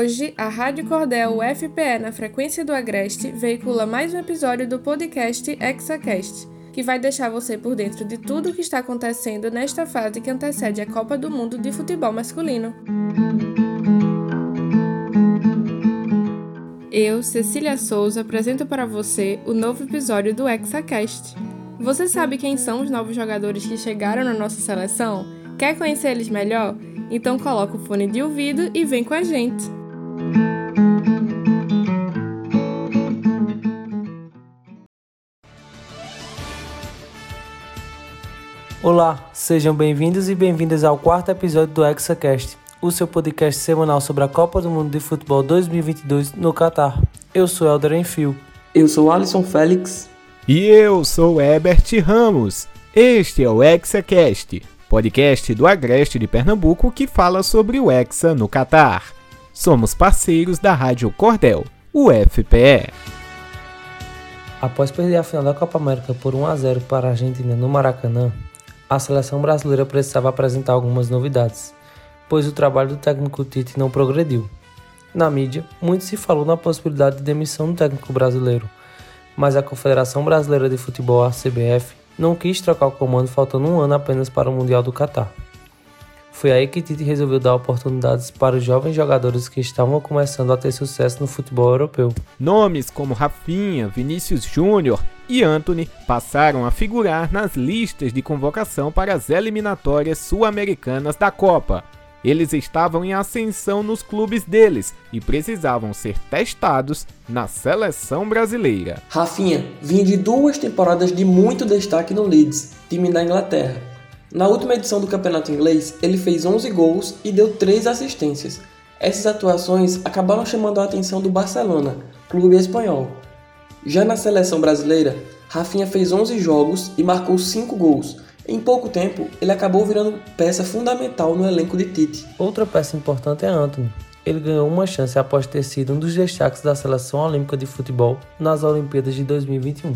Hoje, a Rádio Cordel UFPE na frequência do Agreste veicula mais um episódio do podcast ExaCast, que vai deixar você por dentro de tudo o que está acontecendo nesta fase que antecede a Copa do Mundo de Futebol Masculino. Eu, Cecília Souza, apresento para você o novo episódio do ExaCast. Você sabe quem são os novos jogadores que chegaram na nossa seleção? Quer conhecer eles melhor? Então coloca o fone de ouvido e vem com a gente! Olá, sejam bem-vindos e bem-vindas ao quarto episódio do ExaCast, o seu podcast semanal sobre a Copa do Mundo de Futebol 2022 no Catar. Eu sou Helder Enfio. Eu sou Alisson Félix. E eu sou Herbert Ramos. Este é o ExaCast, podcast do Agreste de Pernambuco que fala sobre o Hexa no Catar. Somos parceiros da Rádio Cordel, UFPE. Após perder a final da Copa América por 1-0 para a Argentina no Maracanã, a seleção brasileira precisava apresentar algumas novidades, pois o trabalho do técnico Tite não progrediu. Na mídia, muito se falou na possibilidade de demissão do técnico brasileiro, mas a Confederação Brasileira de Futebol, a CBF, não quis trocar o comando faltando um ano apenas para o Mundial do Catar. Foi aí que Tite resolveu dar oportunidades para os jovens jogadores que estavam começando a ter sucesso no futebol europeu. Nomes como Rafinha, Vinícius Júnior e Antony passaram a figurar nas listas de convocação para as eliminatórias sul-americanas da Copa. Eles estavam em ascensão nos clubes deles e precisavam ser testados na seleção brasileira. Rafinha vinha de 2 temporadas de muito destaque no Leeds, time da Inglaterra. Na última edição do campeonato inglês, ele fez 11 gols e deu 3 assistências. Essas atuações acabaram chamando a atenção do Barcelona, clube espanhol. Já na seleção brasileira, Rafinha fez 11 jogos e marcou 5 gols. Em pouco tempo, ele acabou virando peça fundamental no elenco de Tite. Outra peça importante é Antony. Ele ganhou uma chance após ter sido um dos destaques da Seleção Olímpica de Futebol nas Olimpíadas de 2021.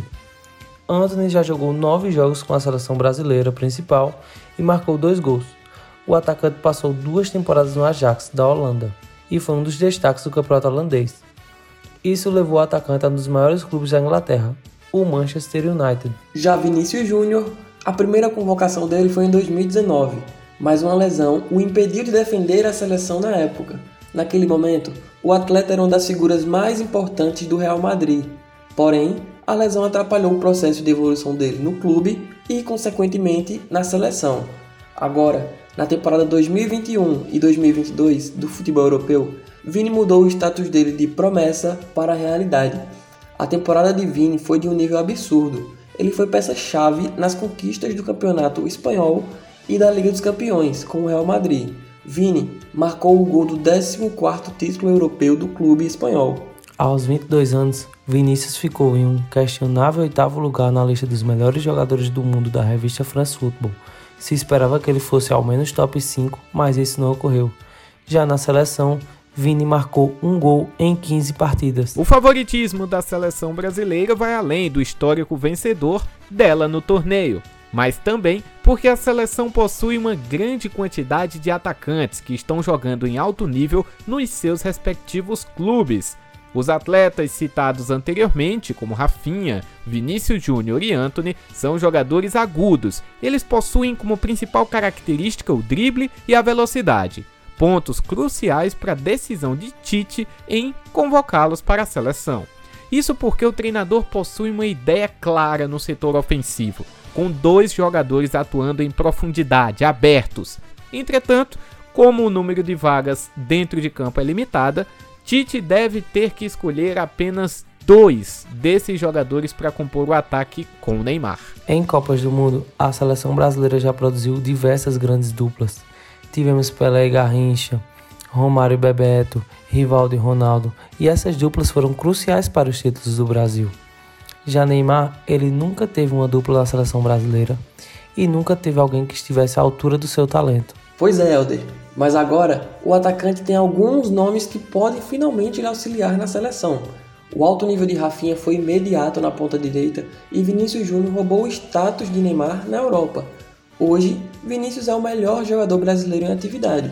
Antony já jogou 9 jogos com a seleção brasileira principal e marcou 2 gols. O atacante passou 2 temporadas no Ajax, da Holanda, e foi um dos destaques do campeonato holandês. Isso levou o atacante a um dos maiores clubes da Inglaterra, o Manchester United. Já Vinícius Júnior, a primeira convocação dele foi em 2019, mas uma lesão o impediu de defender a seleção na época. Naquele momento, o atleta era uma das figuras mais importantes do Real Madrid. Porém, a lesão atrapalhou o processo de evolução dele no clube e, consequentemente, na seleção. Agora, na temporada 2021 e 2022 do futebol europeu, Vini mudou o status dele de promessa para realidade. A temporada de Vini foi de um nível absurdo. Ele foi peça-chave nas conquistas do campeonato espanhol e da Liga dos Campeões, com o Real Madrid. Vini marcou o gol do 14º título europeu do clube espanhol. Aos 22 anos, Vinícius ficou em um questionável 8º lugar na lista dos melhores jogadores do mundo da revista France Football. Se esperava que ele fosse ao menos top 5, mas isso não ocorreu. Já na seleção, Vini marcou 1 gol em 15 partidas. O favoritismo da seleção brasileira vai além do histórico vencedor dela no torneio, mas também porque a seleção possui uma grande quantidade de atacantes que estão jogando em alto nível nos seus respectivos clubes. Os atletas citados anteriormente, como Rafinha, Vinícius Júnior e Antony, são jogadores agudos. Eles possuem como principal característica o drible e a velocidade, pontos cruciais para a decisão de Tite em convocá-los para a seleção. Isso porque o treinador possui uma ideia clara no setor ofensivo, com 2 jogadores atuando em profundidade, abertos. Entretanto, como o número de vagas dentro de campo é limitada, Tite deve ter que escolher apenas 2 desses jogadores para compor o ataque com o Neymar. Em Copas do Mundo, a seleção brasileira já produziu diversas grandes duplas. Tivemos Pelé e Garrincha, Romário e Bebeto, Rivaldo e Ronaldo, e essas duplas foram cruciais para os títulos do Brasil. Já Neymar, ele nunca teve uma dupla na seleção brasileira e nunca teve alguém que estivesse à altura do seu talento. Pois é, Helder, mas agora o atacante tem alguns nomes que podem finalmente lhe auxiliar na seleção. O alto nível de Rafinha foi imediato na ponta direita e Vinícius Júnior roubou o status de Neymar na Europa. Hoje, Vinícius é o melhor jogador brasileiro em atividade.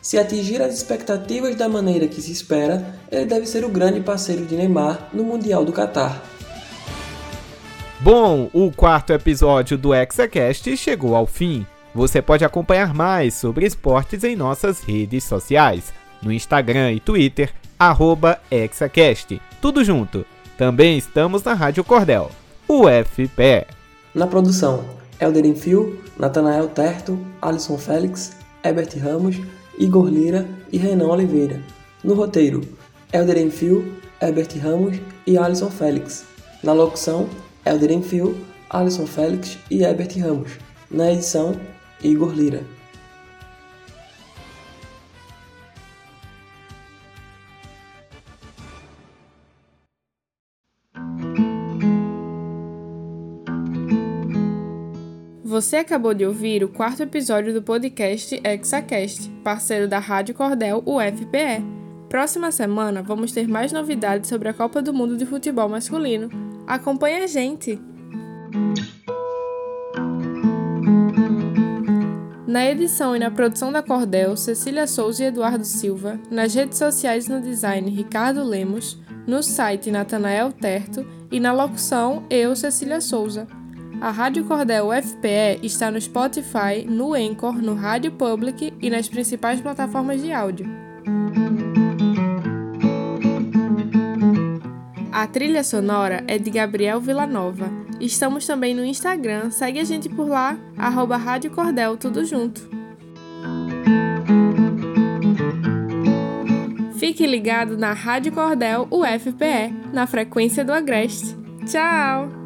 Se atingir as expectativas da maneira que se espera, ele deve ser o grande parceiro de Neymar no Mundial do Catar. Bom, o 4º episódio do HexaCast chegou ao fim. Você pode acompanhar mais sobre esportes em nossas redes sociais, no Instagram e Twitter, @HexaCast, tudo junto. Também estamos na Rádio Cordel, UFPE. Na produção, Helder Enfio, Natanael Terto, Alisson Félix, Herbert Ramos, Igor Lira e Renan Oliveira. No roteiro, Helder Enfio, Herbert Ramos e Alisson Félix. Na locução, Helder Enfio, Alisson Félix e Herbert Ramos. Na edição, Igor Lira. Você acabou de ouvir o 4º episódio do podcast HexaCast, parceiro da Rádio Cordel UFPE. Próxima semana vamos ter mais novidades sobre a Copa do Mundo de Futebol Masculino. Acompanhe a gente! Na edição e na produção da Cordel, Cecília Souza e Eduardo Silva, nas redes sociais e no design, Ricardo Lemos, no site Natanael Terto e na locução, eu, Cecília Souza. A Rádio Cordel UFPE está no Spotify, no Anchor, no Rádio Public e nas principais plataformas de áudio. A trilha sonora é de Gabriel Villanova. Estamos também no Instagram, segue a gente por lá, @Rádio Cordel, tudo junto. Fique ligado na Rádio Cordel UFPE, na frequência do Agreste. Tchau!